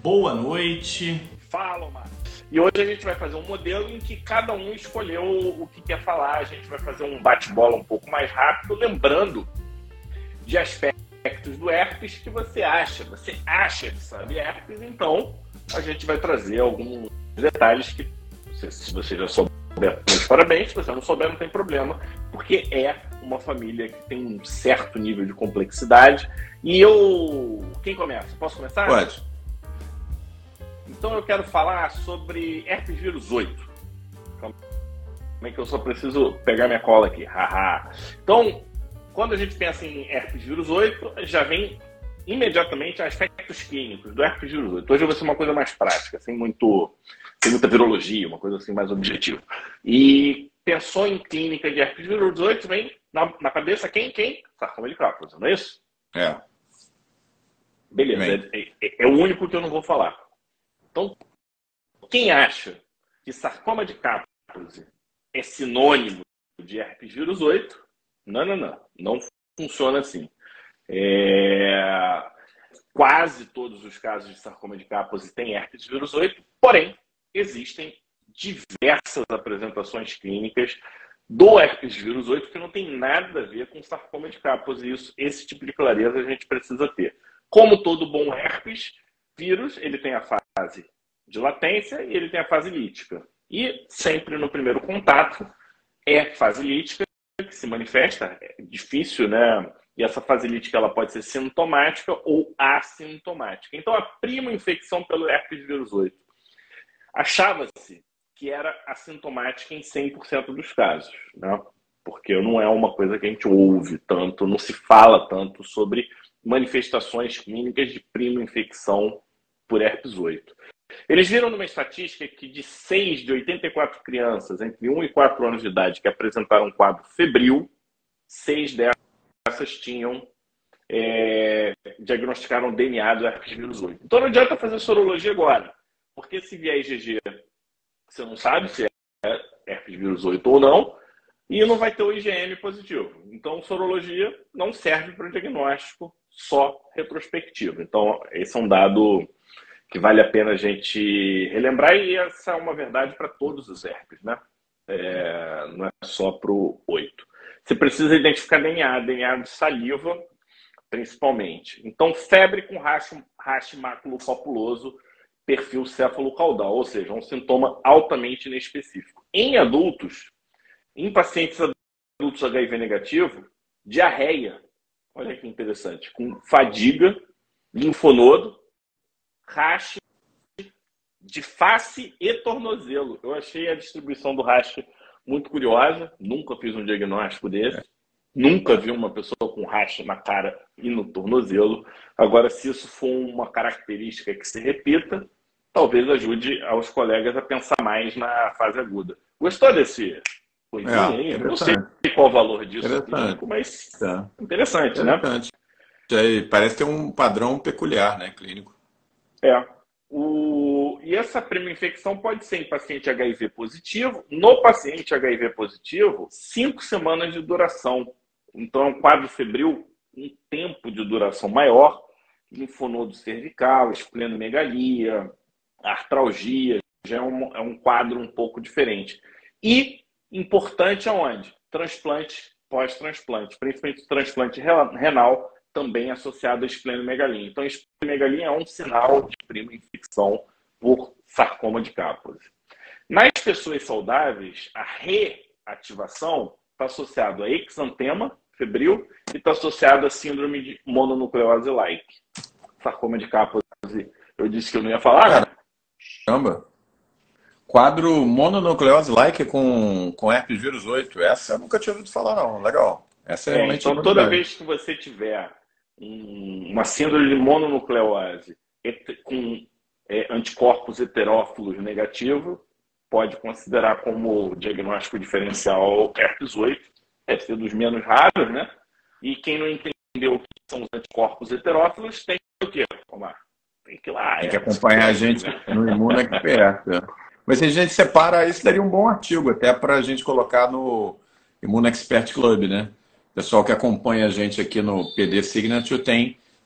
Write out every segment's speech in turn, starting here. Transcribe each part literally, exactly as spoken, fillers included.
Boa noite. Fala, Marcos. E hoje a gente vai fazer um modelo em que cada um escolheu o que quer falar. A gente vai fazer um bate-bola um pouco mais rápido, lembrando de aspectos do herpes que você acha. Você acha que sabe herpes, então a gente vai trazer alguns detalhes que, se você já souber, meus parabéns. Se você não souber, não tem problema, porque é uma família que tem um certo nível de complexidade. E eu... Quem começa? Posso começar? Pode. Então eu quero falar sobre herpes vírus oito. Como é que eu só preciso pegar minha cola aqui? Haha. Então, quando a gente pensa em herpes vírus oito, já vem imediatamente aspectos clínicos do herpes vírus oito. Hoje vai ser uma coisa mais prática, sem, muito, sem muita virologia, uma coisa assim mais objetiva. E pensou em clínica de herpes vírus oito, vem na, na cabeça quem? Quem? Sarcoma de Kaposi, não é isso? É. Beleza, é, é, é o único que eu não vou falar. Então, quem acha que sarcoma de Kaposi é sinônimo de herpes vírus oito, não, não, não. Não funciona assim. É... Quase todos os casos de sarcoma de Kaposi têm herpes vírus oito, porém, existem diversas apresentações clínicas do herpes vírus oito que não tem nada a ver com sarcoma de Kaposi. Isso, esse tipo de clareza a gente precisa ter. Como todo bom herpes vírus, ele tem a fase de latência e ele tem a fase lítica. E sempre no primeiro contato é fase lítica que se manifesta, é difícil, né? E essa fase lítica ela pode ser sintomática ou assintomática. Então, a prima infecção pelo herpes vírus oito achava-se que era assintomática em cem por cento dos casos, né? Porque não é uma coisa que a gente ouve tanto, não se fala tanto sobre manifestações clínicas de prima infecção por herpes oito. Eles viram numa estatística que de seis de oitenta e quatro crianças entre um e quatro anos de idade que apresentaram um quadro febril, seis dessas tinham, é, diagnosticaram D N A do herpes vírus oito. Então não adianta fazer sorologia agora, porque se vier I G G, você não sabe se é herpes vírus oito ou não, e não vai ter o I G M positivo. Então sorologia não serve para o diagnóstico só retrospectivo. Então esse é um dado que vale a pena a gente relembrar, e essa é uma verdade para todos os herpes, né? É, não é só para o oito. Você precisa identificar D N A, D N A de saliva, principalmente. Então, febre com racho, racho maculopapuloso, perfil céfalo-caudal, ou seja, um sintoma altamente inespecífico. Em adultos, em pacientes adultos H I V negativo, diarreia, olha que interessante, com fadiga, linfonodo, rash de face e tornozelo. Eu achei a distribuição do rash muito curiosa. Nunca fiz um diagnóstico desse. É. Nunca vi uma pessoa com rash na cara e no tornozelo. Agora, se isso for uma característica que se repita, talvez ajude aos colegas a pensar mais na fase aguda. Gostou desse coisinha é, aí? Eu não sei qual o valor disso, interessante. mas é. interessante, interessante, né? Parece ter um padrão peculiar, né, clínico. É. O... E essa prima infecção pode ser em paciente H I V positivo. No paciente H I V positivo, cinco semanas de duração. Então, é um quadro febril, um tempo de duração maior, linfonodo cervical, esplenomegalia, artralgia, já é um, é um quadro um pouco diferente. E, importante aonde? Transplante, pós-transplante, principalmente transplante renal, também associado à esplenomegalia. Então, a esplenomegalia é um sinal de prima infecção por sarcoma de Kaposi. Nas pessoas saudáveis, a reativação está associada a exantema febril e está associada a síndrome de mononucleose-like. Sarcoma de Kaposi, eu disse que eu não ia falar, né? Caramba! Quadro mononucleose-like com, com herpes vírus oito. Essa eu nunca tinha ouvido falar, não. Legal. Essa é, é então, toda vez que você tiver uma síndrome de mononucleose com é, anticorpos heterófilos negativos, pode considerar como diagnóstico diferencial herpes oito, deve ser dos menos raros, né? E quem não entendeu o que são os anticorpos heterófilos tem o quê, Omar? Tem que ir lá. Tem que acompanhar a gente no Imunoexpert. Mas se a gente separa, isso daria um bom artigo até para a gente colocar no Imunoexpert Club, né? O pessoal que acompanha a gente aqui no P D Signature tem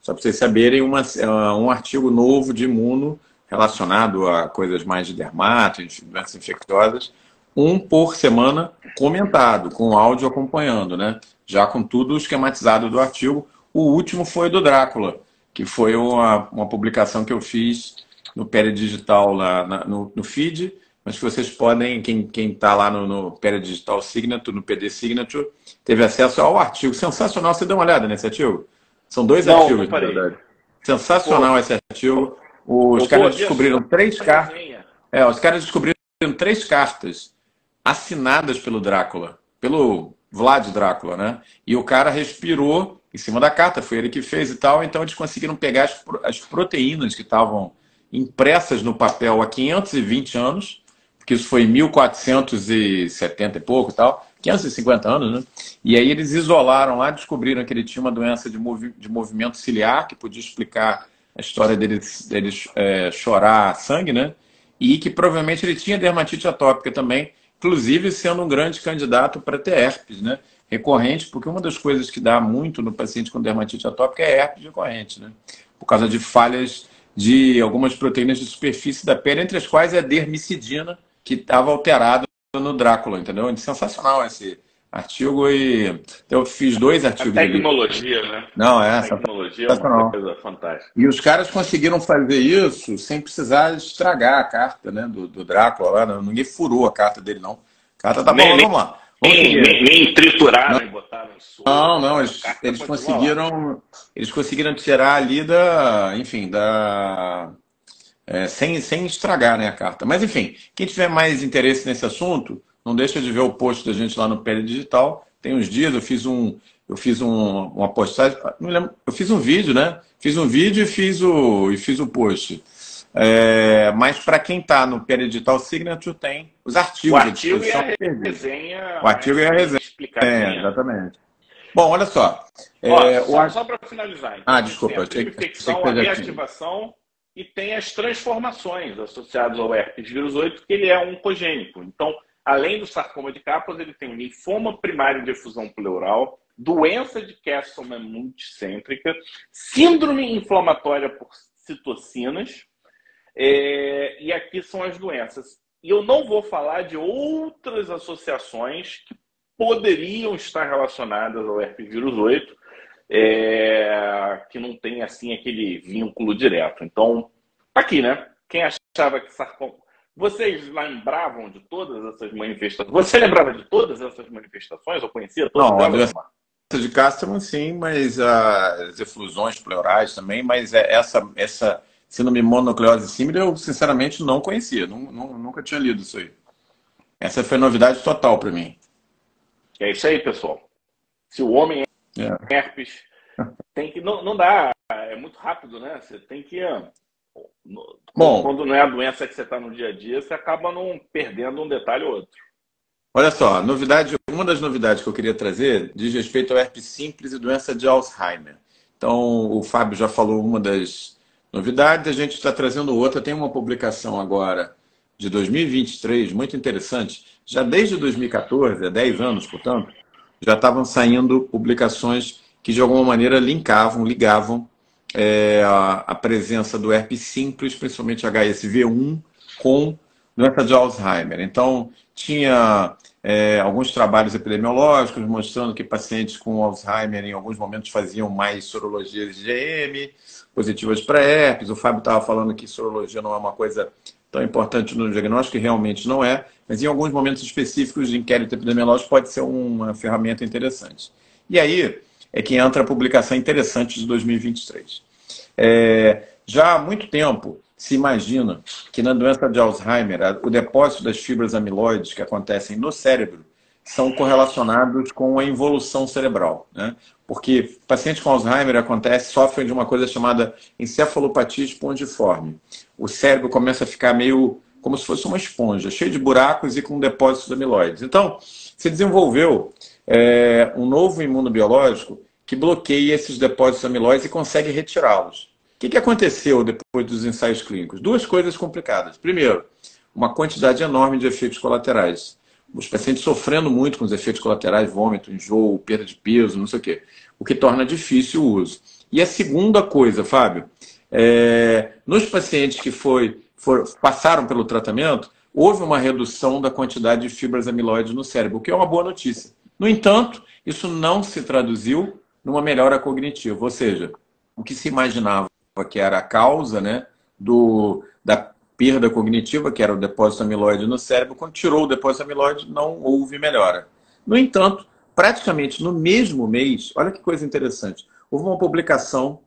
só para vocês saberem, uma, um artigo novo de imuno relacionado a coisas mais de dermato, doenças infecciosas, um por semana comentado, com áudio acompanhando, né? Já com tudo esquematizado do artigo. O último foi do Drácula, que foi uma, uma publicação que eu fiz no Peridigital, lá na, no, no feed, mas que vocês podem, quem está lá no, no Peridigital Signature, no P D Signature, teve acesso ao artigo. Sensacional, você deu uma olhada nesse artigo? São dois Não, artigos, não na parei. verdade. Sensacional Pô, esse artigo. Os eu caras vou ver descobriram a três cartas. resenha. É, os caras descobriram três cartas assinadas pelo Drácula, pelo Vlad Drácula, né? E o cara respirou em cima da carta, foi ele que fez e tal, então eles conseguiram pegar as, as proteínas que estavam impressas no papel há quinhentos e vinte anos, porque isso foi em mil quatrocentos e setenta e pouco e tal, quinhentos e cinquenta anos, né? E aí eles isolaram lá, descobriram que ele tinha uma doença de, movi de movimento ciliar, que podia explicar a história dele, dele é, chorar sangue, né? E que provavelmente ele tinha dermatite atópica também, inclusive sendo um grande candidato para ter herpes, né? Recorrente, porque uma das coisas que dá muito no paciente com dermatite atópica é herpes recorrente, né? Por causa de falhas de algumas proteínas de superfície da pele, entre as quais é a dermicidina, que estava alterada no Drácula, entendeu? É sensacional esse artigo e eu fiz dois A artigos ali. tecnologia, né? Não, é A tecnologia é uma sensacional. coisa fantástica. E os caras conseguiram fazer isso sem precisar estragar a carta, né, do, do Drácula lá. Não, ninguém furou a carta dele, não. A carta tá Nem, falando, nem, vamos lá. Vamos nem, nem, nem trituraram e botaram em soro. Não, não, A eles, carta eles continua lá. conseguiram. Eles conseguiram tirar ali da. Enfim, da. é, sem, sem estragar, né, a carta. Mas enfim, quem tiver mais interesse nesse assunto, não deixa de ver o post da gente lá no Pele Digital. Tem uns dias eu fiz um. Eu fiz um, uma postagem. Não lembro, eu fiz um vídeo, né? Fiz um vídeo e fiz o, e fiz o post. É, mas para quem está no Pele Digital Signature tem os O artigos à artigo e disposição. a resenha O artigo e a mais resenha. É, explicadinha. exatamente. Bom, olha só. Ó, É, o só, ar- só para finalizar. Então, Ah, a gente desculpa, tem a achei que, achei que infecção, você a já tinha. reativação e tem as transformações associadas ao herpes vírus oito, que ele é oncogênico. Então, além do sarcoma de Kaposi, ele tem linfoma primário de efusão pleural, doença de Castleman multicêntrica, síndrome inflamatória por citocinas, é, e aqui são as doenças. E eu não vou falar de outras associações que poderiam estar relacionadas ao herpes vírus oito, é, que não tem assim aquele vínculo direto. Então, tá aqui, né? Quem achava que sarcoma... Vocês lembravam de todas essas manifestações? Você lembrava de todas essas manifestações? Eu conhecia todas Não, a elas? doença Omar? de Castleman sim, mas as efusões pleurais também, mas é essa, essa síndrome mononucleose símile eu sinceramente não conhecia, nu- nu- nunca tinha lido isso aí. Essa foi novidade total para mim. É isso aí, pessoal. Se o homem É. é herpes, tem que... Não, não dá, é muito rápido, né? Você tem que... no- Bom, Quando não é a doença que você está no dia a dia, você acaba não perdendo um detalhe ou outro. olha só, novidade, uma das novidades que eu queria trazer diz respeito ao herpes simples e doença de Alzheimer. Então, o Fábio já falou uma das novidades, a gente está trazendo outra. Tem uma publicação agora de dois mil e vinte e três, muito interessante. Já desde dois mil e quatorze, há dez anos, portanto, já estavam saindo publicações que de alguma maneira linkavam, ligavam é, a, a presença do herpes simples, principalmente H S V um, com doença de Alzheimer. Então, tinha é, alguns trabalhos epidemiológicos mostrando que pacientes com Alzheimer em alguns momentos faziam mais sorologias de G M positivas para herpes. O Fábio estava falando que sorologia não é uma coisa tão importante no diagnóstico, e realmente não é, mas em alguns momentos específicos de inquérito epidemiológico pode ser uma ferramenta interessante. E aí é que entra a publicação interessante de dois mil e vinte e três. É, já há muito tempo se imagina que na doença de Alzheimer, o depósito das fibras amiloides que acontecem no cérebro são correlacionados com a involução cerebral, né? Porque pacientes com Alzheimer acontece, sofrem de uma coisa chamada encefalopatia espongiforme. O cérebro começa a ficar meio como se fosse uma esponja, cheio de buracos e com depósitos amiloides. Então, se desenvolveu é, um novo imunobiológico que bloqueia esses depósitos amiloides e consegue retirá-los. O que, que aconteceu depois dos ensaios clínicos? Duas coisas complicadas. Primeiro, uma quantidade enorme de efeitos colaterais. Os pacientes sofrendo muito com os efeitos colaterais, vômito, enjoo, perda de peso, não sei o quê. O que torna difícil o uso. E a segunda coisa, Fábio, é, nos pacientes que foi, for, passaram pelo tratamento, houve uma redução da quantidade de fibras amiloides no cérebro, o que é uma boa notícia. No entanto, isso não se traduziu numa melhora cognitiva, ou seja, o que se imaginava que era a causa, né, do, da perda cognitiva, que era o depósito amiloide no cérebro, quando tirou o depósito amiloide, não houve melhora. No entanto, praticamente no mesmo mês, olha que coisa interessante, houve uma publicação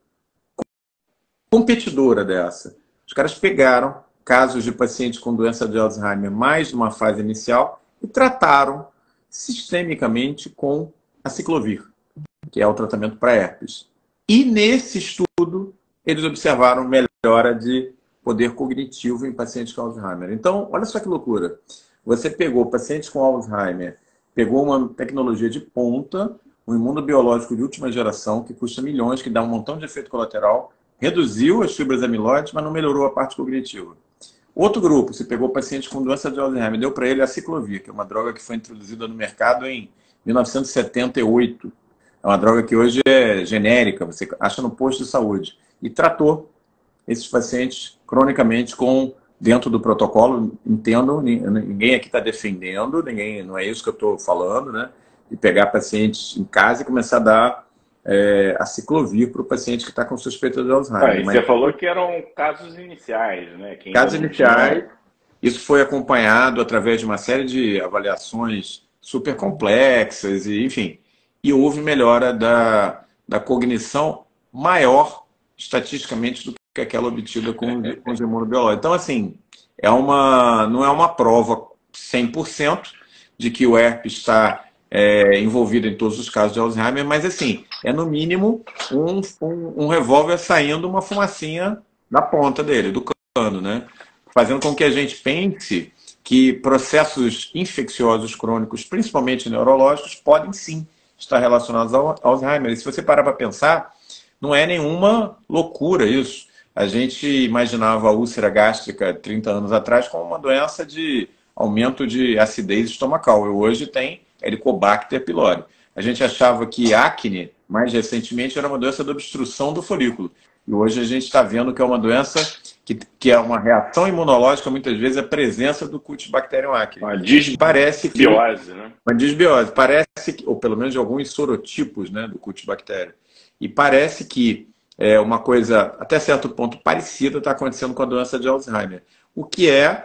competidora dessa. Os caras pegaram casos de pacientes com doença de Alzheimer mais numa fase inicial e trataram sistemicamente com aciclovir, que é o tratamento para herpes. E nesse estudo, eles observaram melhora de poder cognitivo em pacientes com Alzheimer. Então, olha só que loucura. Você pegou pacientes com Alzheimer, pegou uma tecnologia de ponta, um imunobiológico de última geração, que custa milhões, que dá um montão de efeito colateral, reduziu as fibras amiloides, mas não melhorou a parte cognitiva. Outro grupo, você pegou pacientes com doença de Alzheimer, deu para ele a aciclovir, que é uma droga que foi introduzida no mercado em mil novecentos e setenta e oito. É uma droga que hoje é genérica, você acha no posto de saúde. E tratou esses pacientes cronicamente com, dentro do protocolo, entendo, ninguém aqui está defendendo, ninguém, não é isso que eu estou falando, né? De pegar pacientes em casa e começar a dar é, aciclovir para o paciente que está com suspeita de Alzheimer. Ah, e Mas, você falou que eram casos iniciais, né? Que casos ainda não iniciais, tinha... isso foi acompanhado através de uma série de avaliações super complexas, e, enfim, e houve melhora da, da cognição maior, estatisticamente, do que aquela obtida com, com os imunobiológicos. Então, assim, é uma, não é uma prova cem por cento de que o herpes está é, envolvido em todos os casos de Alzheimer, mas, assim, é no mínimo um, um, um revólver saindo uma fumacinha da ponta dele, do cano, né? Fazendo com que a gente pense que processos infecciosos crônicos, principalmente neurológicos, podem sim estar relacionados ao Alzheimer. E se você parar para pensar, não é nenhuma loucura isso. A gente imaginava a úlcera gástrica trinta anos atrás como uma doença de aumento de acidez estomacal. E hoje tem Helicobacter pylori. A gente achava que acne, mais recentemente, era uma doença de obstrução do folículo. E hoje a gente está vendo que é uma doença que, que é uma reação imunológica, muitas vezes, a presença do Cutibacterium acne. Uma disbiose, Parece que, né? Uma disbiose. Parece que, ou pelo menos de alguns sorotipos, né, do Cutibacterium. E parece que é uma coisa, até certo ponto, parecida está acontecendo com a doença de Alzheimer. O que é,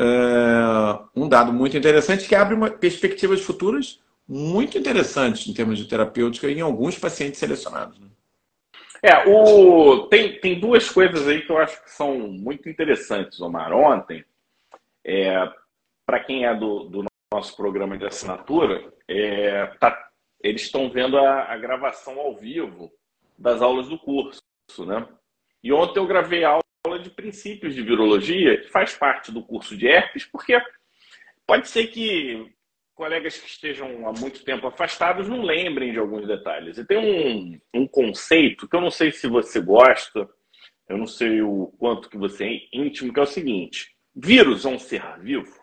é um dado muito interessante que abre uma, perspectivas futuras muito interessantes em termos de terapêutica em alguns pacientes selecionados, né? É, o... tem, tem duas coisas aí que eu acho que são muito interessantes, Omar. Ontem, é, para quem é do, do nosso programa de assinatura, é, tá, eles estão vendo a, a gravação ao vivo das aulas do curso, né? E ontem eu gravei a aula de princípios de virologia, que faz parte do curso de herpes, porque pode ser que colegas que estejam há muito tempo afastados não lembrem de alguns detalhes. E tem um, um conceito que eu não sei se você gosta, eu não sei o quanto que você é íntimo, que é o seguinte: vírus é um ser vivo?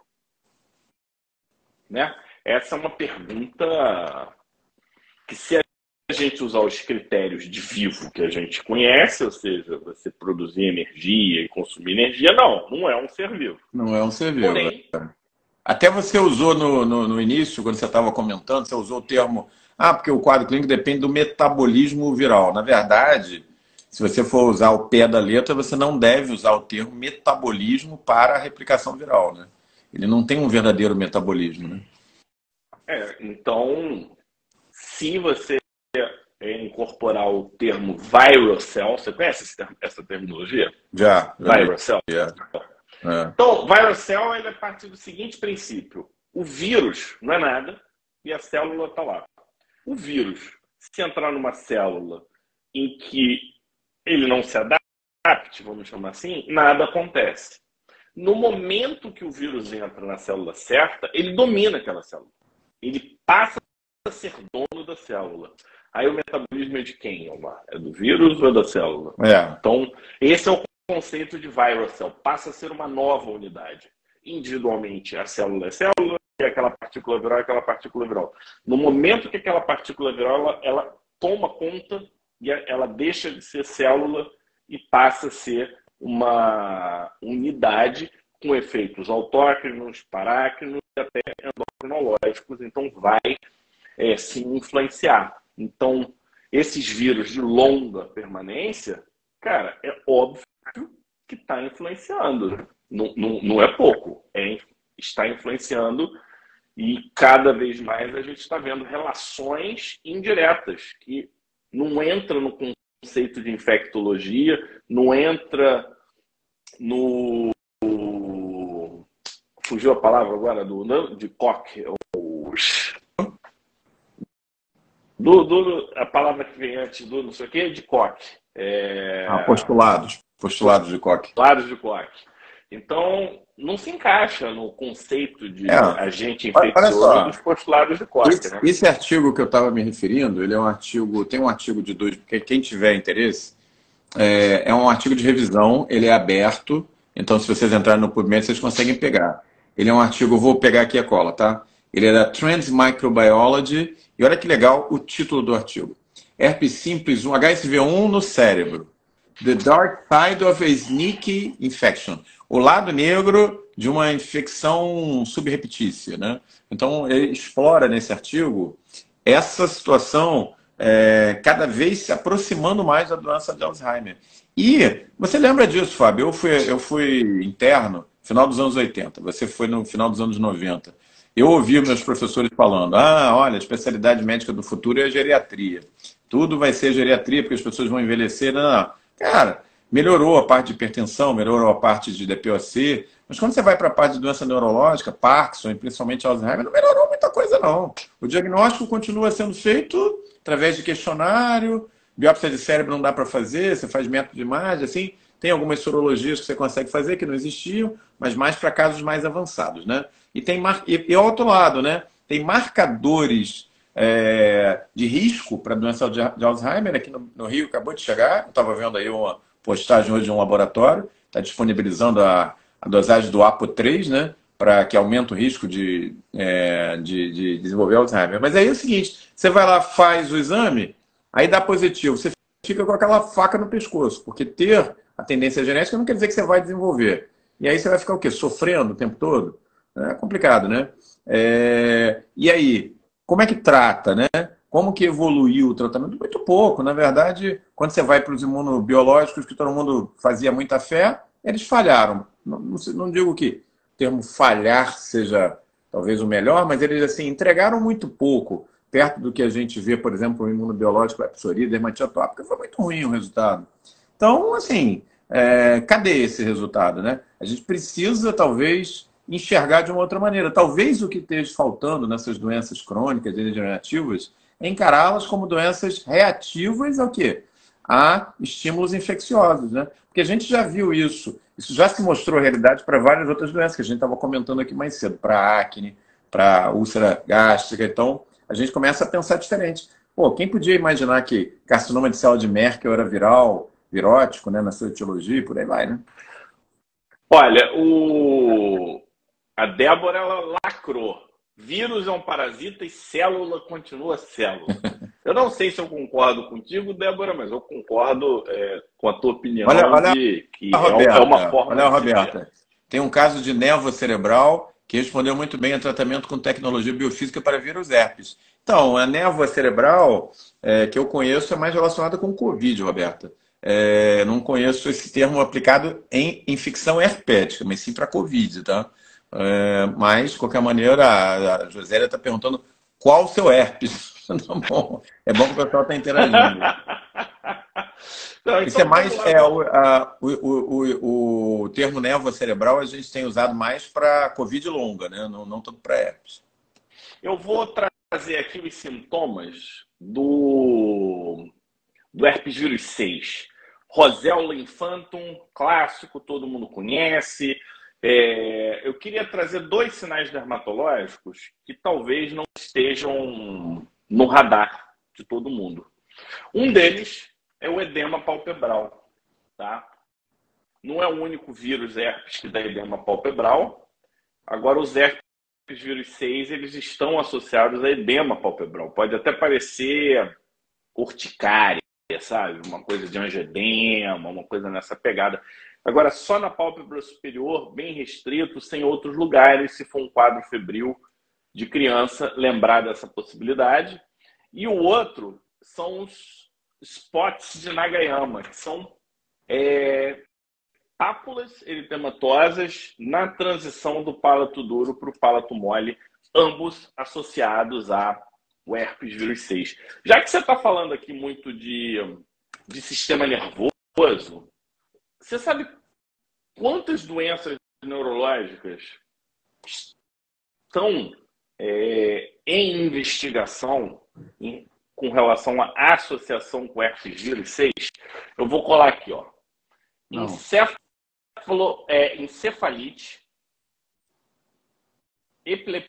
Né? Essa é uma pergunta que, se a gente usar os critérios de vivo que a gente conhece, ou seja, você produzir energia e consumir energia, não, não é um ser vivo. Não é um ser vivo. Porém, até você usou no, no, no início, quando você estava comentando, você usou o termo, ah, porque o quadro clínico depende do metabolismo viral. Na verdade, se você for usar o pé da letra, você não deve usar o termo metabolismo para a replicação viral, né? Ele não tem um verdadeiro metabolismo, né? É, então, se você incorporar o termo viral cell, você conhece esse termo, essa terminologia? Já. Viral cell. Já. É. Então, viral cell ele é parte do seguinte princípio: o vírus não é nada e a célula está lá. O vírus, se entrar numa célula em que ele não se adapte, vamos chamar assim, nada acontece. No momento que o vírus entra na célula certa, ele domina aquela célula. Ele passa a ser dono da célula. Aí o metabolismo é de quem, Omar? É do vírus ou é da célula? É. Então, esse é o conceito de viral cell. Passa a ser uma nova unidade. Individualmente, a célula é célula, e aquela partícula viral é aquela partícula viral. No momento que aquela partícula viral ela, ela toma conta e ela deixa de ser célula e passa a ser uma unidade com efeitos autócrinos, parácrinos e até endocrinológicos. Então, vai é, se influenciar. Então, esses vírus de longa permanência, cara, é óbvio que está influenciando. Não, não, não é pouco, é, está influenciando e cada vez mais a gente está vendo relações indiretas que não entra no conceito de infectologia, não entra no... Fugiu a palavra agora do de Koch. Os... Do, do, a palavra que vem antes do não sei o que, de Koch. É... Ah, postulados. Postulados de Koch. Postulados de Koch. Então, não se encaixa no conceito de É. agente Olha infeccioso só. dos postulados de Koch. Esse, Né? esse artigo que eu estava me referindo, ele é um artigo, tem um artigo de dois, porque quem tiver interesse, é, é um artigo de revisão, ele é aberto, então se vocês entrarem no PubMed, vocês conseguem pegar. Ele é um artigo, eu vou pegar aqui a cola, tá? Ele é da Trends Microbiology, e olha que legal o título do artigo. Herpes simples, um H S V um no cérebro. The Dark Side of a Sneaky Infection. O lado negro de uma infecção subrepetícia, né? Então, ele explora nesse artigo essa situação é, cada vez se aproximando mais da doença de Alzheimer. E você lembra disso, Fábio? Eu fui, eu fui interno no final dos anos oitenta, você foi no final dos anos noventa. Eu ouvi meus professores falando, ah, olha, a especialidade médica do futuro é a geriatria. Tudo vai ser geriatria, porque as pessoas vão envelhecer. Não, não. Cara, melhorou a parte de hipertensão, melhorou a parte de D P O C, mas quando você vai para a parte de doença neurológica, Parkinson e principalmente Alzheimer, não melhorou muita coisa, não. O diagnóstico continua sendo feito através de questionário, biópsia de cérebro não dá para fazer, você faz método de imagem, assim, tem algumas sorologias que você consegue fazer que não existiam, mas mais para casos mais avançados, né? E tem mar... e, e ao outro lado, né? Tem marcadores é, de risco para a doença de, de Alzheimer aqui no, no Rio, acabou de chegar, eu estava vendo aí uma postagem hoje de um laboratório, está disponibilizando a, a dosagem do A P O três, né? Para que aumente o risco de, é, de, de desenvolver Alzheimer. Mas aí é o seguinte, você vai lá, faz o exame, aí dá positivo, você fica com aquela faca no pescoço, porque ter a tendência genética não quer dizer que você vai desenvolver. E aí você vai ficar o quê? Sofrendo o tempo todo? É complicado, né? É... E aí, como é que trata, né? Como que evoluiu o tratamento? Muito pouco. Na verdade, quando você vai para os imunobiológicos, que todo mundo fazia muita fé, eles falharam. Não, não, não digo que o termo falhar seja talvez o melhor, mas eles assim entregaram muito pouco, perto do que a gente vê, por exemplo, o imunobiológico, a psoríase, dermatite atópica, foi muito ruim o resultado. Então, assim, é, cadê esse resultado, né? A gente precisa, talvez, enxergar de uma outra maneira. Talvez o que esteja faltando nessas doenças crônicas e degenerativas é encará-las como doenças reativas ao quê? A estímulos infecciosos, né? Porque a gente já viu isso. Isso já se mostrou realidade para várias outras doenças que a gente estava comentando aqui mais cedo, para acne, para úlcera gástrica. Então, a gente começa a pensar diferente. Pô, quem podia imaginar que carcinoma de célula de Merkel era viral, virótico, né, na sua etiologia e por aí vai, né? Olha, o... a Débora, ela lacrou. Vírus é um parasita e célula continua célula. Eu não sei se eu concordo contigo, Débora, mas eu concordo é, com a tua opinião olha, olha de que a Roberta, é uma forma olha a de Roberta. Tem um caso de névoa cerebral que respondeu muito bem a tratamento com tecnologia biofísica para vírus herpes. Então, a névoa cerebral é, que eu conheço é mais relacionada com o Covid, Roberta. É, não conheço esse termo aplicado em infecção herpética, mas sim para Covid, tá? É, mas, de qualquer maneira, a, a Josélia está perguntando qual o seu herpes. Tá bom. É bom que o pessoal está interagindo. Não, Isso é então, mais. vamos lá, É, o, vamos. a, o, o, o termo névoa cerebral a gente tem usado mais para Covid longa, né? Não, não tanto para herpes. Eu vou trazer aqui os sintomas do, do herpes vírus seis. Roséola infantum, clássico, todo mundo conhece. É, eu queria trazer dois sinais dermatológicos que talvez não estejam no radar de todo mundo. Um deles é o edema palpebral. Tá? Não é o único vírus herpes que dá edema palpebral. Agora, os herpes vírus seis, eles estão associados a edema palpebral. Pode até parecer urticária, sabe? Uma coisa de angedema, uma coisa nessa pegada. Agora, só na pálpebra superior, bem restrito, sem outros lugares, se for um quadro febril de criança, lembrar dessa possibilidade. E o outro são os spots de Nagayama, que são é, pápulas eritematosas na transição do palato duro para o palato mole, ambos associados ao herpes vírus seis. Já que você está falando aqui muito de, de sistema nervoso, você sabe quantas doenças neurológicas estão é, em investigação em, com relação à associação com herpes vírus seis? Eu vou colar aqui, ó. Encéfalo, é, encefalite, epilepsia,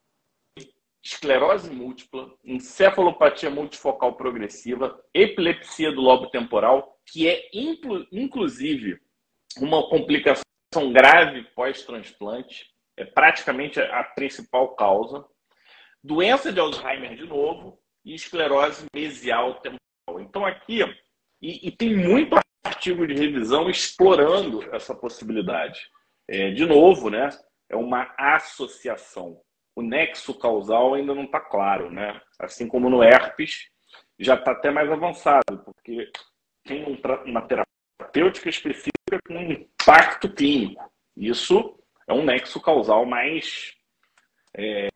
esclerose múltipla, encefalopatia multifocal progressiva, epilepsia do lobo temporal, que é inclu, inclusive uma complicação grave pós-transplante, é praticamente a principal causa, doença de Alzheimer de novo e esclerose mesial temporal. Então aqui, e, e tem muito artigo de revisão explorando essa possibilidade. É, de novo, né, é uma associação. O nexo causal ainda não está claro, né? Assim como no herpes, já está até mais avançado, porque tem um, uma terapêutica específica com impacto clínico. Isso é um nexo causal mais é,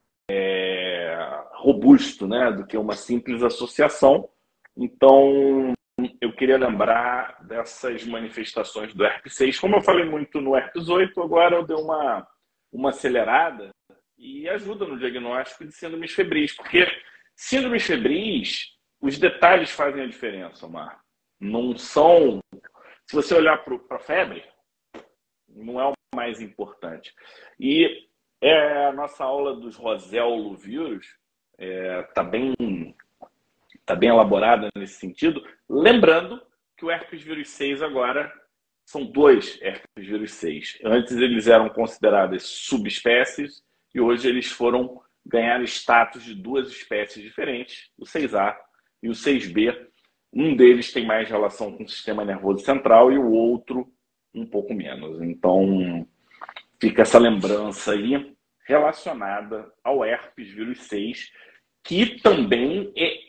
é, robusto, né, do que uma simples associação. Então, eu queria lembrar dessas manifestações do herpes seis. Como eu falei muito no herpes oito, agora eu dei uma, uma acelerada e ajuda no diagnóstico de síndromes febris, porque síndromes febris, os detalhes fazem a diferença, Omar. Não são... Se você olhar para a febre, não é o mais importante. E é, a nossa aula dos Rosella vírus está é, bem, tá bem elaborada nesse sentido, lembrando que o herpes vírus seis agora são dois herpes vírus seis. Antes eles eram considerados subespécies e hoje eles foram ganhar status de duas espécies diferentes, o seis A e o seis B. Um deles tem mais relação com o sistema nervoso central e o outro um pouco menos. Então, fica essa lembrança aí relacionada ao herpes vírus seis, que também é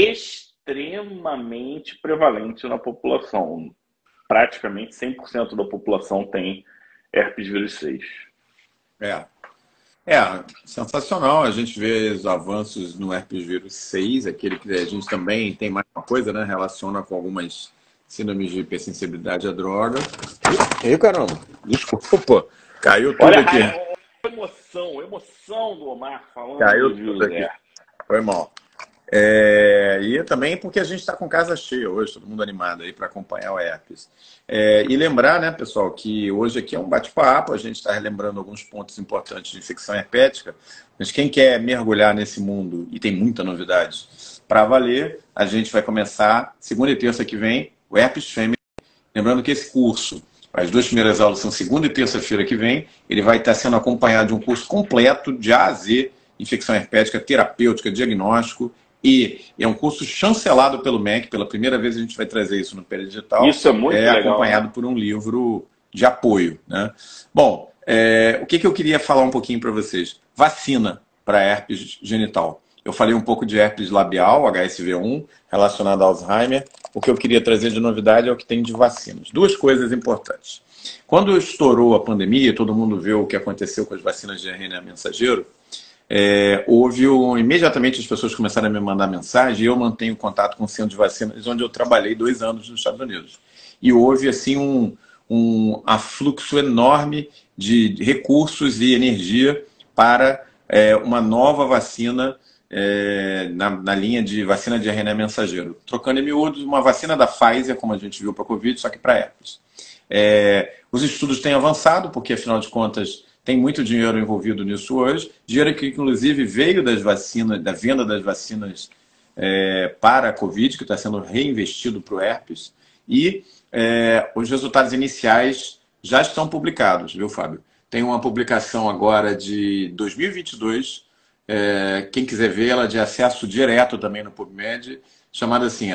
extremamente prevalente na população. Praticamente cem por cento da população tem herpes vírus seis. É. É, sensacional. A gente vê os avanços no herpes vírus seis, aquele que a gente também tem mais uma coisa, né? Relaciona com algumas síndromes de hipersensibilidade à droga. Ih, caramba, desculpa. Caiu tudo Olha, aqui. A emoção, emoção do Omar falando Caiu do tudo aqui. José. Foi mal. É, e também porque a gente está com casa cheia hoje, todo mundo animado aí para acompanhar o herpes. É, e lembrar, né, pessoal, que hoje aqui é um bate-papo, a gente está relembrando alguns pontos importantes de infecção herpética, mas quem quer mergulhar nesse mundo, e tem muita novidade, para valer, a gente vai começar segunda e terça que vem, o Herpes Family. Lembrando que esse curso, as duas primeiras aulas são segunda e terça-feira que vem, ele vai estar sendo acompanhado de um curso completo de A a Z, infecção herpética, terapêutica, diagnóstico. E é um curso chancelado pelo M E C, pela primeira vez a gente vai trazer isso no Peridigital. Isso é muito é, legal. Acompanhado, né, por um livro de apoio. Né? Bom, é, o que, que eu queria falar um pouquinho para vocês? Vacina para herpes genital. Eu falei um pouco de herpes labial, H S V um, relacionado a Alzheimer. O que eu queria trazer de novidade é o que tem de vacinas. Duas coisas importantes. Quando estourou a pandemia, todo mundo viu o que aconteceu com as vacinas de R N A mensageiro. É, houve um, imediatamente as pessoas começaram a me mandar mensagem e eu mantenho contato com o centro de vacinas onde eu trabalhei dois anos nos Estados Unidos. E houve assim um, um afluxo enorme de recursos e energia para é, uma nova vacina é, na, na linha de vacina de R N A mensageiro. Trocando em miúdos, uma vacina da Pfizer, como a gente viu para a Covid, só que para herpes. É, os estudos têm avançado, porque afinal de contas tem muito dinheiro envolvido nisso hoje, dinheiro que inclusive veio das vacinas, da venda das vacinas é, para a Covid, que está sendo reinvestido para o herpes, e é, os resultados iniciais já estão publicados, viu, Fábio? Tem uma publicação agora de dois mil e vinte e dois, é, quem quiser ver ela de acesso direto também no PubMed, chamada assim, ó,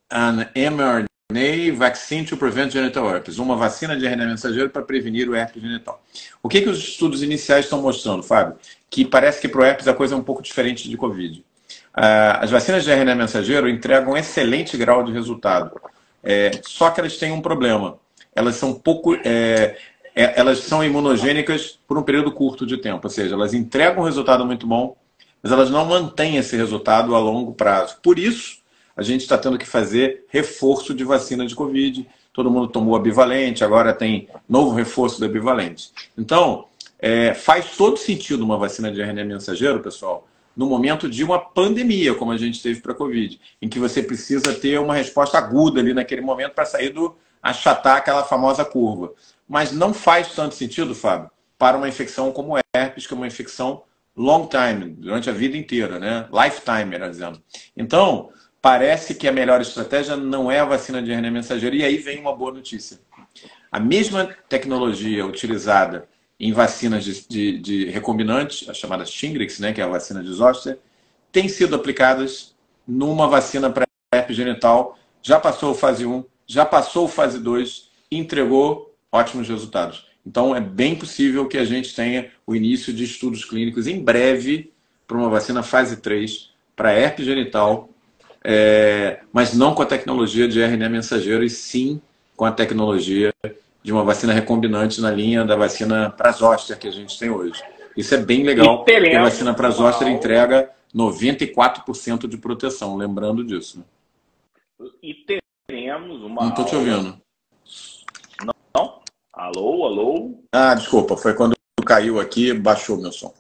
an mRNA vaccine to prevent genital herpes. Uma vacina de R N A mensageiro para prevenir o herpes genital. O que, que os estudos iniciais estão mostrando, Fábio? Que parece que para o herpes a coisa é um pouco diferente de Covid. Uh, as vacinas de R N A mensageiro entregam um excelente grau de resultado. É, só que elas têm um problema. Elas são pouco... É, é, elas são imunogênicas por um período curto de tempo. Ou seja, elas entregam um resultado muito bom, mas elas não mantêm esse resultado a longo prazo. Por isso, a gente está tendo que fazer reforço de vacina de Covid. Todo mundo tomou a bivalente, agora tem novo reforço da bivalente. Então, é, faz todo sentido uma vacina de R N A mensageiro, pessoal, no momento de uma pandemia, como a gente teve para a Covid, em que você precisa ter uma resposta aguda ali naquele momento para sair do achatar aquela famosa curva. Mas não faz tanto sentido, Fábio, para uma infecção como herpes, que é uma infecção long time, durante a vida inteira, né? Lifetime, melhor dizendo. Então, parece que a melhor estratégia não é a vacina de R N A mensageiro. E aí vem uma boa notícia. A mesma tecnologia utilizada em vacinas de, de, de recombinantes, a chamada Shingrix, né, que é a vacina de Zoster, tem sido aplicadas numa vacina para herpes genital. Já passou fase um, já passou fase dois e entregou ótimos resultados. Então, é bem possível que a gente tenha o início de estudos clínicos em breve para uma vacina fase três para herpes genital, é, mas não com a tecnologia de R N A mensageiro, e sim com a tecnologia de uma vacina recombinante na linha da vacina para Zoster que a gente tem hoje. Isso é bem legal, porque a vacina para Zoster entrega noventa e quatro por cento de proteção, lembrando disso. E teremos uma Não estou te ouvindo. Não? Não? Alô, alô? Ah, desculpa, foi quando caiu aqui, baixou meu som.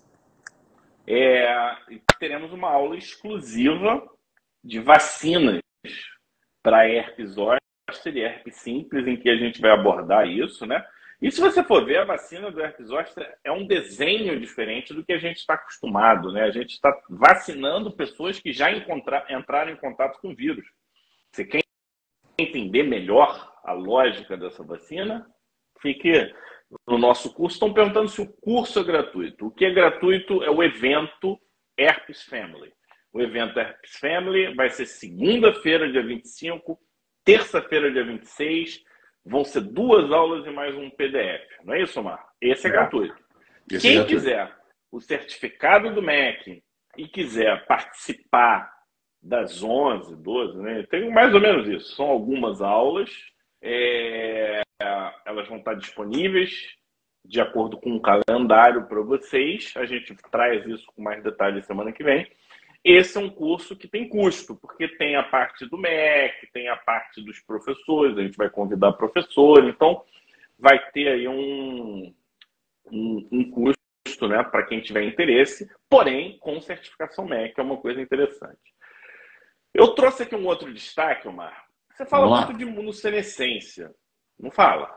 É, teremos uma aula exclusiva de vacinas para herpes zoster e herpes simples, em que a gente vai abordar isso, né? E se você for ver, a vacina do herpes zoster é um desenho diferente do que a gente está acostumado, né? A gente está vacinando pessoas que já entraram em contato com o vírus. Você quer entender melhor a lógica dessa vacina? Fique no nosso curso. Estão perguntando se o curso é gratuito. O que é gratuito é o evento Herpes Family. O evento Herpes Family vai ser segunda-feira, dia vinte e cinco, terça-feira, dia vinte e seis. Vão ser duas aulas e mais um P D F. Não é isso, Mar? Esse é, é. gratuito. Esse Quem é gratuito. quiser o certificado do M E C e quiser participar das onze, doze, né? Tem mais ou menos isso. São algumas aulas. É... Elas vão estar disponíveis de acordo com o calendário para vocês. A gente traz isso com mais detalhes semana que vem. Esse é um curso que tem custo, porque tem a parte do M E C, tem a parte dos professores, a gente vai convidar professor, então vai ter aí um, um, um custo, né, para quem tiver interesse, porém com certificação M E C, que é uma coisa interessante. Eu trouxe aqui um outro destaque, Omar. Você fala muito de imunossenescência, não fala?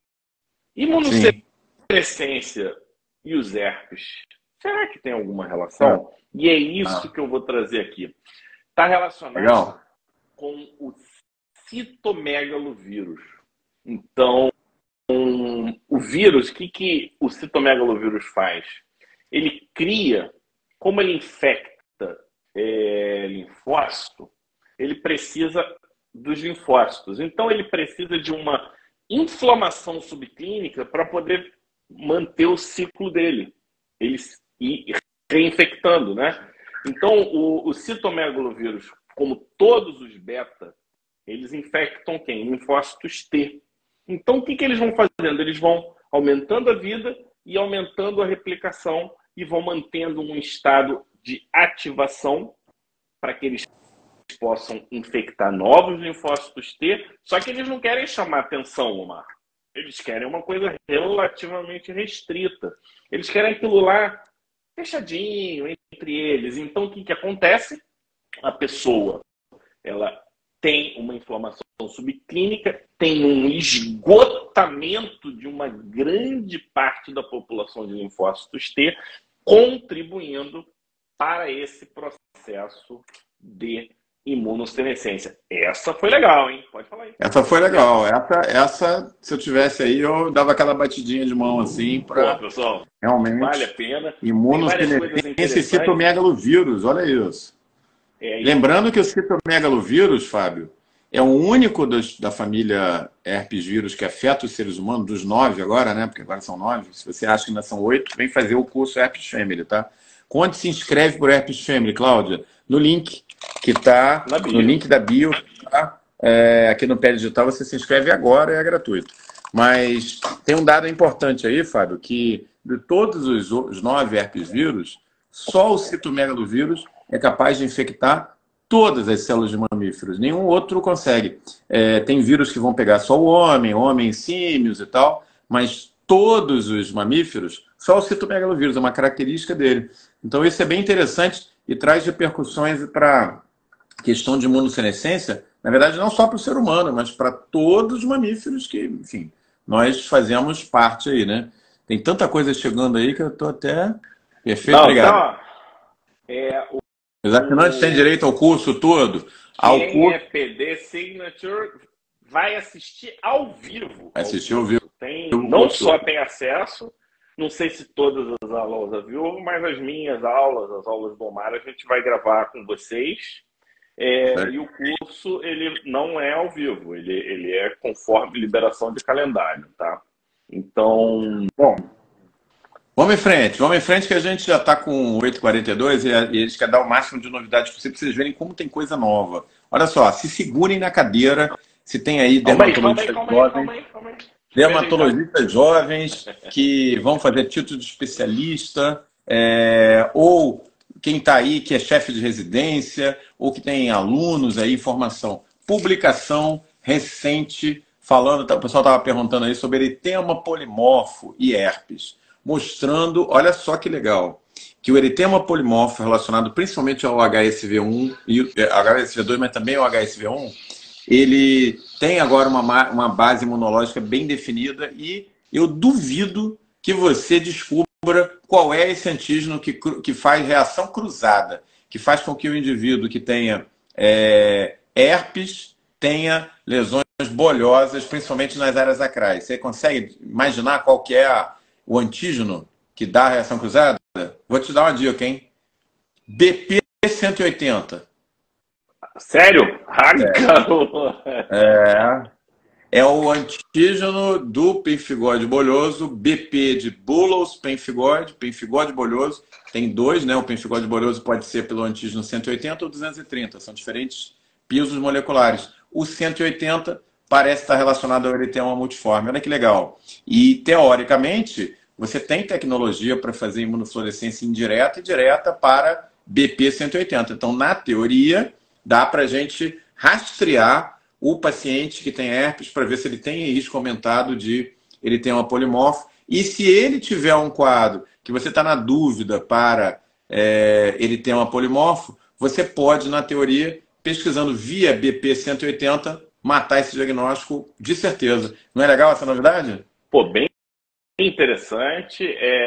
Imunossenescência e os herpes, será que tem alguma relação? É. E é isso ah. que eu vou trazer aqui. Está relacionado Legal. com o citomegalovírus. Então, um, o vírus, o que, que o citomegalovírus faz? Ele cria, como ele infecta é, linfócito, ele precisa dos linfócitos. Então, ele precisa de uma inflamação subclínica para poder manter o ciclo dele. Ele e reinfectando, né? Então, o, o citomegalovírus, como todos os beta, eles infectam quem? Linfócitos T. Então, o que, que eles vão fazendo? Eles vão aumentando a vida e aumentando a replicação e vão mantendo um estado de ativação para que eles possam infectar novos linfócitos T, só que eles não querem chamar atenção, Omar. Eles querem uma coisa relativamente restrita. Eles querem aquilo lá fechadinho entre eles. Então, o que, que acontece? A pessoa ela tem uma inflamação subclínica, tem um esgotamento de uma grande parte da população de linfócitos T, contribuindo para esse processo de imunossenescência. Essa foi legal, hein? Pode falar aí. Essa foi legal. Essa, essa se eu tivesse aí, eu dava aquela batidinha de mão assim para pessoal, realmente vale a pena. Imunossenescência e citomegalovírus, olha isso. É, Lembrando que o citomegalovírus, Fábio, É o único dos, da família herpes vírus que afeta os seres humanos, dos nove agora, né? Porque agora são nove. Se você acha que ainda são oito, vem fazer o curso Herpes Family, tá? Quando se inscreve por Herpes Family, Cláudia? No link que está, no link da bio, tá? É, aqui no Pé Digital, você se inscreve agora, é gratuito. Mas tem um dado importante aí, Fábio, que de todos os, os nove herpes vírus, só o citomegalovírus é capaz de infectar todas as células de mamíferos. Nenhum outro consegue. É, tem vírus que vão pegar só o homem, homem, símios e tal, mas todos os mamíferos, só o citomegalovírus, é uma característica dele. Então isso é bem interessante e traz repercussões para a questão de imunossenescência, na verdade não só para o ser humano, mas para todos os mamíferos que, enfim, nós fazemos parte aí, né? Tem tanta coisa chegando aí que eu estou até... Perfeito, Não, obrigado. então, é, o, Os assinantes têm direito ao curso todo? Ao quem curso... é P D Signature vai assistir ao vivo. Vai assistir ao vivo. Tem, não só tem acesso, não sei se todas as aulas ao vivo, mas as minhas aulas, as aulas do Omar, a gente vai gravar com vocês. É, e o curso, ele não é ao vivo, ele, ele é conforme liberação de calendário, tá? Então... Bom, vamos em frente, vamos em frente que a gente já está com oito e quarenta e dois e a gente quer dar o máximo de novidades possível para vocês verem como tem coisa nova. Olha só, se segurem na cadeira, se tem aí dermatologistas jovens, dermatologistas jovens que vão fazer título de especialista, é, ou quem está aí que é chefe de residência, ou que tem alunos aí, formação. Publicação recente, falando, o pessoal estava perguntando aí sobre eritema polimorfo e herpes, mostrando, olha só que legal, que o eritema polimorfo relacionado principalmente ao H S V um, e H S V dois, mas também ao H S V um, ele tem agora uma, uma base imunológica bem definida e eu duvido que você descubra qual é esse antígeno que, que faz reação cruzada, que faz com que o indivíduo que tenha é, herpes tenha lesões bolhosas, principalmente nas áreas acrais. Você consegue imaginar qual que é a, o antígeno que dá a reação cruzada? Vou te dar uma dica, hein? B P cento e oitenta. Sério? Ah, é, é o antígeno do pemphigoide bolhoso, B P de bullous pemphigoide, pemphigoide bolhoso. Tem dois, né? O pemphigoide bolhoso pode ser pelo antígeno cento e oitenta ou duzentos e trinta. São diferentes pisos moleculares. O cento e oitenta parece estar relacionado ao eritema multiforme. Olha que legal. E, teoricamente, você tem tecnologia para fazer imunofluorescência indireta e direta para B P cento e oitenta. Então, na teoria, dá para a gente rastrear o paciente que tem herpes para ver se ele tem risco aumentado de eritema polimorfo. E se ele tiver um quadro que você está na dúvida para é, eritema polimorfo, você pode, na teoria, pesquisando via B P cento e oitenta, matar esse diagnóstico de certeza. Não é legal essa novidade? Pô, bem interessante.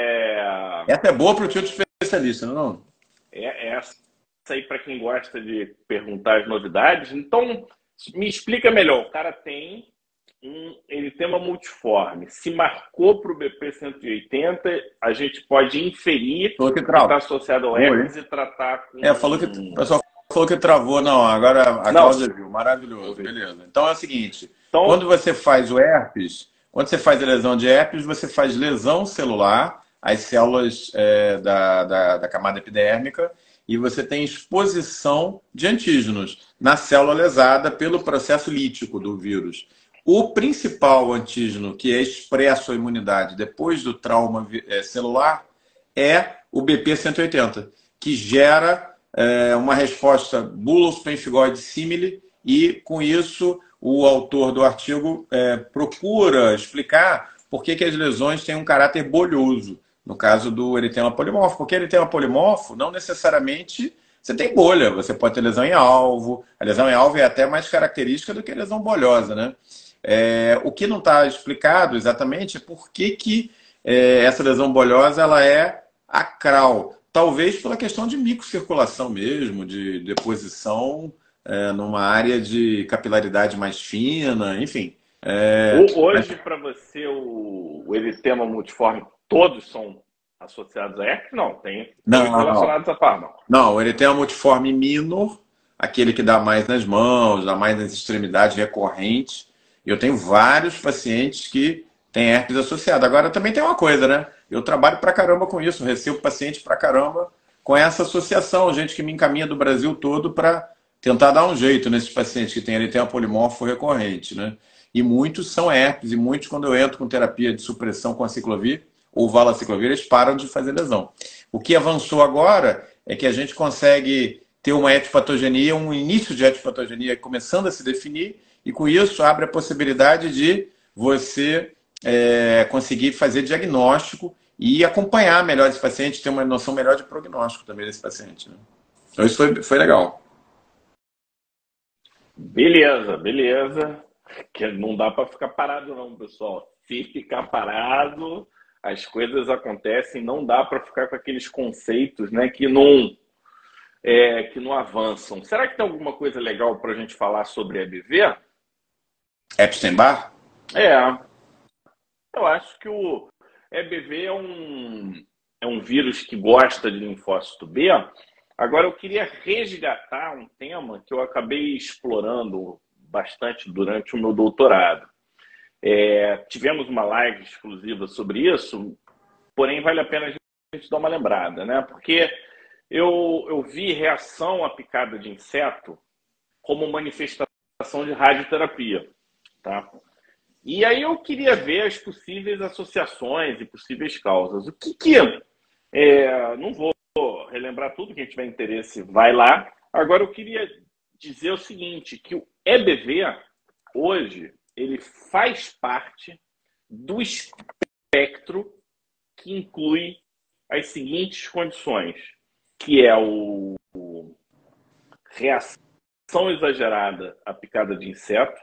É... Essa é boa para o tio de especialista, não é? Não? É essa aí para quem gosta de perguntar as novidades. Então, me explica melhor. O cara tem um eritema multiforme. Se marcou para o B P cento e oitenta, a gente pode inferir que está associado ao herpes e tratar com... É, falou que o pessoal falou que travou. Não, agora a Cláudia viu. Maravilhoso. Beleza. Então é o seguinte. Então, quando você faz o herpes, quando você faz a lesão de herpes, você faz lesão celular, as células é, da, da, da camada epidérmica, e você tem exposição de antígenos na célula lesada pelo processo lítico do vírus. O principal antígeno que é expresso à imunidade depois do trauma celular é o B P cento e oitenta, que gera é, uma resposta bullous pemphigoide simile, e com isso o autor do artigo é, procura explicar por que, que as lesões têm um caráter bolhoso. No caso do eritema polimorfo, porque eritema polimorfo não necessariamente você tem bolha, você pode ter lesão em alvo, a lesão em alvo é até mais característica do que a lesão bolhosa, né? É, o que não está explicado exatamente é por que, que é, essa lesão bolhosa ela é acral. Talvez pela questão de microcirculação mesmo, de deposição é, numa área de capilaridade mais fina, enfim. É, Hoje, mas... para você, o, o eritema multiforme, todos são associados a herpes? Não, tem não, relacionados não. a fármaco. Não, o eritema multiforme minor, aquele que dá mais nas mãos, dá mais nas extremidades recorrentes. Eu tenho vários pacientes que têm herpes associado. Agora também tem uma coisa, né? Eu trabalho pra caramba com isso, recebo paciente pra caramba com essa associação, gente que me encaminha do Brasil todo para tentar dar um jeito nesses pacientes que têm ali, tem a polimorfo recorrente, né? E muitos são herpes, e muitos, quando eu entro com terapia de supressão com aciclovir ou valaciclovir, eles param de fazer lesão. O que avançou agora é que a gente consegue ter uma etipatogenia, um início de etipatogenia começando a se definir, e com isso abre a possibilidade de você é, conseguir fazer diagnóstico e acompanhar melhor esse paciente, ter uma noção melhor de prognóstico também desse paciente. Né? Então isso foi, foi legal. Beleza, beleza. Que não dá para ficar parado não, pessoal. Se ficar parado, as coisas acontecem, não dá para ficar com aqueles conceitos, né, que não, é, que não avançam. Será que tem alguma coisa legal para a gente falar sobre E B V? Epstein-Barr? É, eu acho que o E B V é um, é um vírus que gosta de linfócito B. Agora, eu queria resgatar um tema que eu acabei explorando bastante durante o meu doutorado. É, tivemos uma live exclusiva sobre isso, porém vale a pena a gente dar uma lembrada, né? Porque eu, eu vi reação à picada de inseto como manifestação de radioterapia, tá? E aí eu queria ver as possíveis associações e possíveis causas. O que que... É, não vou relembrar tudo, quem tiver interesse vai lá. Agora eu queria dizer o seguinte, que o E B V, hoje, ele faz parte do espectro que inclui as seguintes condições, que é o, o reação exagerada à picada de inseto.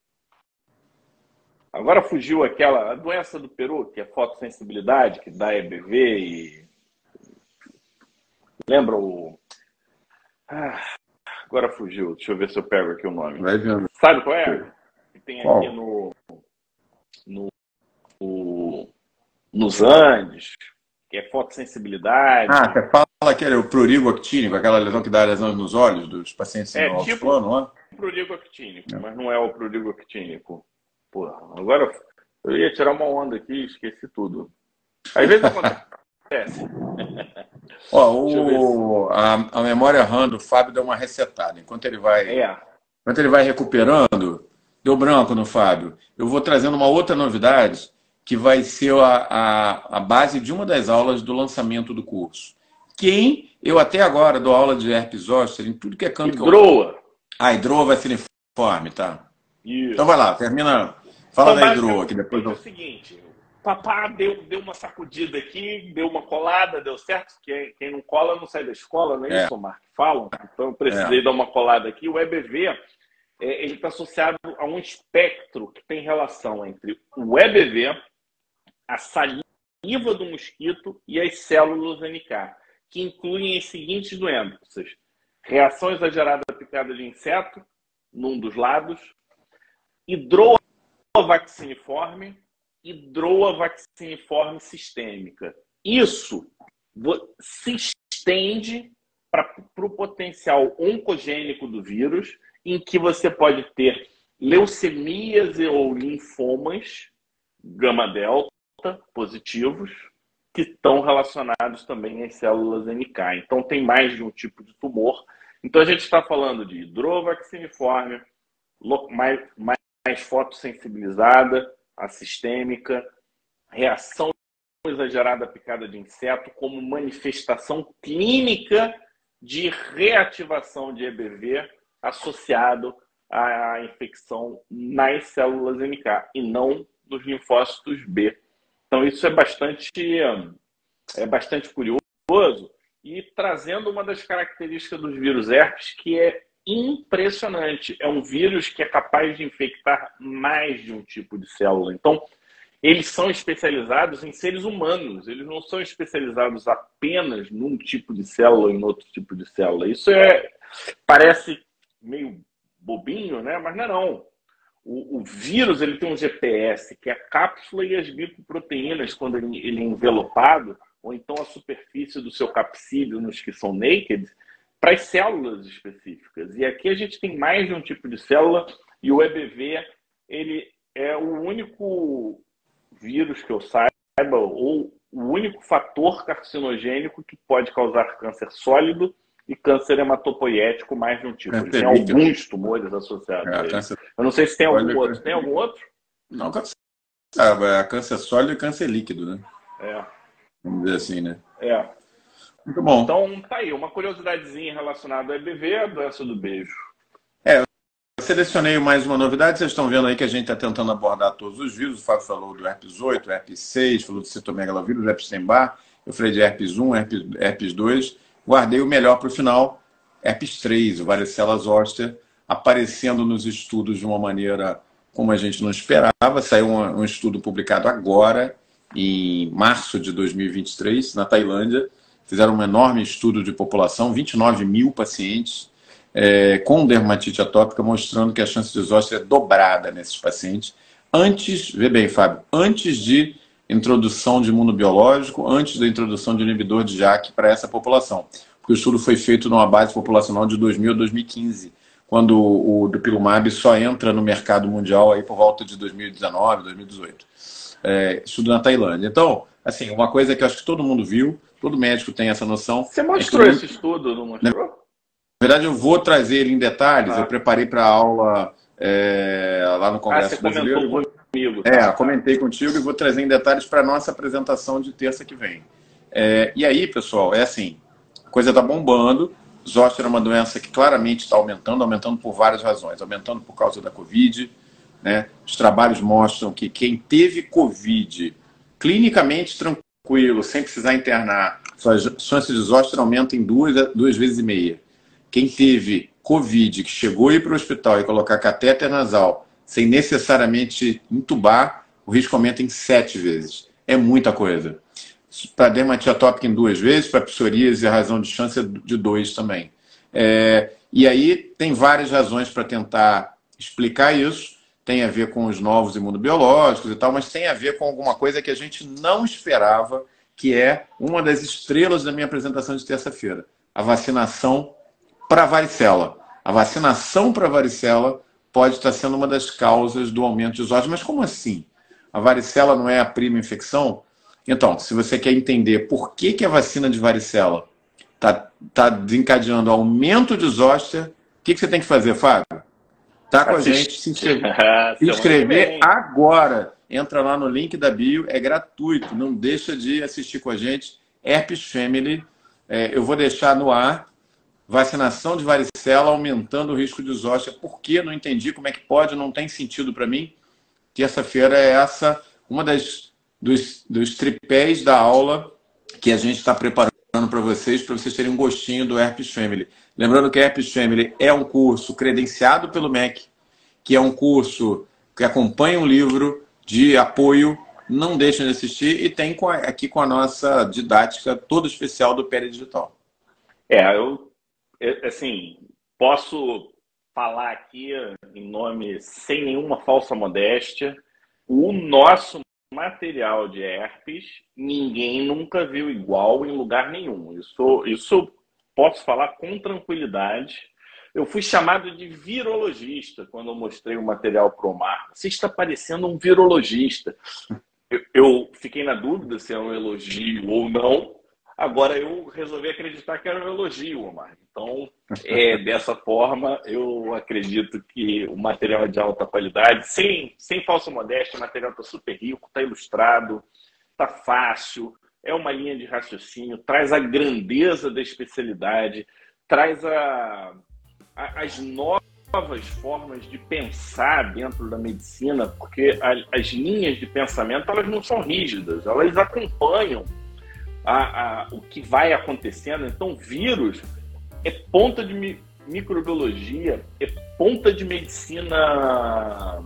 Agora fugiu aquela a doença do peru, que é fotossensibilidade, que dá E B V e... Lembra o... Ah, agora fugiu. Deixa eu ver se eu pego aqui o nome. Vai vendo. Sabe qual é? Que tem Qual? aqui no, no, no, nos Andes, que é fotossensibilidade. Ah, você fala que é o prurigo actínico, aquela lesão que dá lesão nos olhos dos pacientes É no tipo plano, não é? o prurigo actínico, É. mas não é o prurigo actínico. Porra, agora eu ia tirar uma onda aqui e esqueci tudo. Às vezes acontece. Ó, Deixa eu ver o, a, a memória RAM do Fábio deu uma resetada. Enquanto ele vai, É, enquanto ele vai recuperando, deu branco no Fábio. Eu vou trazendo uma outra novidade que vai ser a, a, a base de uma das aulas do lançamento do curso. Quem eu até agora dou aula de herpes zoster em tudo que é canto que eu... hidroa. Ah, hidroa vai ser uniforme, tá? Isso. Então vai lá, termina. Fala Então, da hidroa, que depois é o eu... seguinte, o papá deu, deu uma sacudida aqui, deu uma colada, deu certo? Quem, quem não cola não sai da escola, não é, É. isso, Omar? Que falam? Então eu precisei É. dar uma colada aqui. O E B V, é, ele está associado a um espectro que tem relação entre o E B V, a saliva do mosquito e as células N K, que incluem as seguintes doenças: reação exagerada à picada de inseto, num dos lados, hidroa vacciniforme, hidroa vacciniforme sistêmica. Isso se estende para o potencial oncogênico do vírus, em que você pode ter leucemias ou linfomas gama-delta positivos, que estão relacionados também às células N K. Então, tem mais de um tipo de tumor. Então, a gente está falando de hidroa vacciniforme, mais, mais mais fotossensibilizada, a sistêmica, reação exagerada à picada de inseto como manifestação clínica de reativação de E B V associado à infecção nas células N K e não nos linfócitos B. Então isso é bastante, é bastante curioso e trazendo uma das características dos vírus herpes, que é impressionante. É um vírus que é capaz de infectar mais de um tipo de célula. Então, eles são especializados em seres humanos. Eles não são especializados apenas num tipo de célula ou em outro tipo de célula. Isso é, parece meio bobinho, né? Mas não é não. O, o vírus ele tem um G P S, que é a cápsula e as glicoproteínas, quando ele, ele é envelopado, ou então a superfície do seu capsídeo nos que são naked, para as células específicas. E aqui a gente tem mais de um tipo de célula, e o E B V ele é o único vírus que eu saiba, ou o único fator carcinogênico que pode causar câncer sólido e câncer hematopoiético, mais de um tipo. Ele tem alguns tumores associados é, a ele. Câncer... Eu não sei se tem algum câncer... outro. Tem algum outro? Não, câncer... é câncer sólido e câncer líquido, né? É. Vamos dizer assim, né? É. Muito bom. Então, tá aí. Uma curiosidadezinha relacionada ao E B V, a doença do beijo. É, eu selecionei mais uma novidade. Vocês estão vendo aí que a gente está tentando abordar todos os vírus. O Fábio falou do herpes oito, herpes seis, falou do citomegalovírus, herpes Epstein-Barr. Eu falei de herpes um, herpes, herpes dois. Guardei o melhor para o final, herpes três, o varicela zoster, aparecendo nos estudos de uma maneira como a gente não esperava. Saiu um, um estudo publicado agora, em março de dois mil e vinte e três, na Tailândia. Fizeram um enorme estudo de população, vinte e nove mil pacientes, é, com dermatite atópica, mostrando que a chance de zoster é dobrada nesses pacientes. Antes, vê bem, Fábio, antes de introdução de imunobiológico, antes da introdução de inibidor de J A K para essa população. Porque o estudo foi feito numa base populacional de dois mil a dois mil e quinze, quando o dupilumab só entra no mercado mundial aí por volta de dois mil e dezenove, dois mil e dezoito. É, estudo na Tailândia. Então, assim, uma coisa que eu acho que todo mundo viu, todo médico tem essa noção. Você mostrou é esse estudo, não mostrou? Na verdade, eu vou trazer ele em detalhes. Ah. Eu preparei para a aula é, lá no Congresso ah, você Brasileiro. Comentou comigo, tá? É, comentei contigo e vou trazer em detalhes para a nossa apresentação de terça que vem. É, e aí, pessoal, é assim, a coisa está bombando. Zoster é uma doença que claramente está aumentando, aumentando por várias razões. Aumentando por causa da Covid, né? Os trabalhos mostram que quem teve Covid clinicamente tranquilo, sem precisar internar, suas chances de zoster aumentam em duas, duas vezes e meia. Quem teve Covid, que chegou a ir para o hospital e colocar catéter nasal, sem necessariamente entubar, o risco aumenta em sete vezes. É muita coisa. Para dermatite atópica em duas vezes, para psoríase a razão de chance é de dois também. É, e aí tem várias razões para tentar explicar isso. Tem a ver com os novos imunobiológicos e tal, mas tem a ver com alguma coisa que a gente não esperava, que é uma das estrelas da minha apresentação de terça-feira, a vacinação para varicela. A vacinação para varicela pode estar sendo uma das causas do aumento de zoster. Mas como assim? A varicela não é a prima infecção? Então, se você quer entender por que, que a vacina de varicela está tá desencadeando aumento de zoster, o que, que você tem que fazer, Fábio? Tá com a gente, se inscrever, se inscrever agora. Entra lá no link da bio, é gratuito. Não deixa de assistir com a gente. Herpes Family, é, eu vou deixar no ar. Vacinação de varicela aumentando o risco de zoster. Por que? Não entendi como é que pode, não tem sentido para mim. Terça-feira é essa, uma das dos, dos tripés da aula que a gente está preparando para vocês, para vocês terem um gostinho do Herpes Family. Lembrando que Herpes Family é um curso credenciado pelo M E C, que é um curso que acompanha um livro de apoio. Não deixem de assistir e tem com a, aqui com a nossa didática toda especial do Pele Digital. É, eu, assim, posso falar aqui em nome, sem nenhuma falsa modéstia, o nosso material de herpes, ninguém nunca viu igual em lugar nenhum. Isso, isso posso falar com tranquilidade. Eu fui chamado de virologista quando eu mostrei o material para o Omar. Você está parecendo um virologista. Eu, eu fiquei na dúvida se é um elogio ou não. Agora eu resolvi acreditar que era um elogio, Omar. Então, é, dessa forma, eu acredito que o material é de alta qualidade, sem, sem falsa modéstia, o material está super rico, está ilustrado, está fácil, é uma linha de raciocínio, traz a grandeza da especialidade, traz a, a, as novas formas de pensar dentro da medicina, porque a, as linhas de pensamento elas não são rígidas, elas acompanham A, a, o que vai acontecendo. Então, vírus é ponta de mi, microbiologia, é ponta de medicina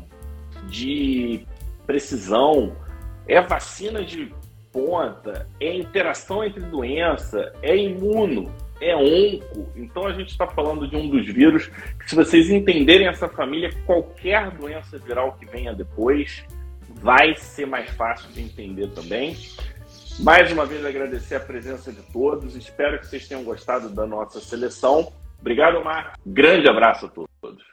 de precisão, é vacina de ponta, é interação entre doença, é imuno, é onco. Então, a gente está falando de um dos vírus que, se vocês entenderem essa família, qualquer doença viral que venha depois vai ser mais fácil de entender também. Mais uma vez agradecer a presença de todos. Espero que vocês tenham gostado da nossa seleção. Obrigado, Marcos. Grande abraço a todos.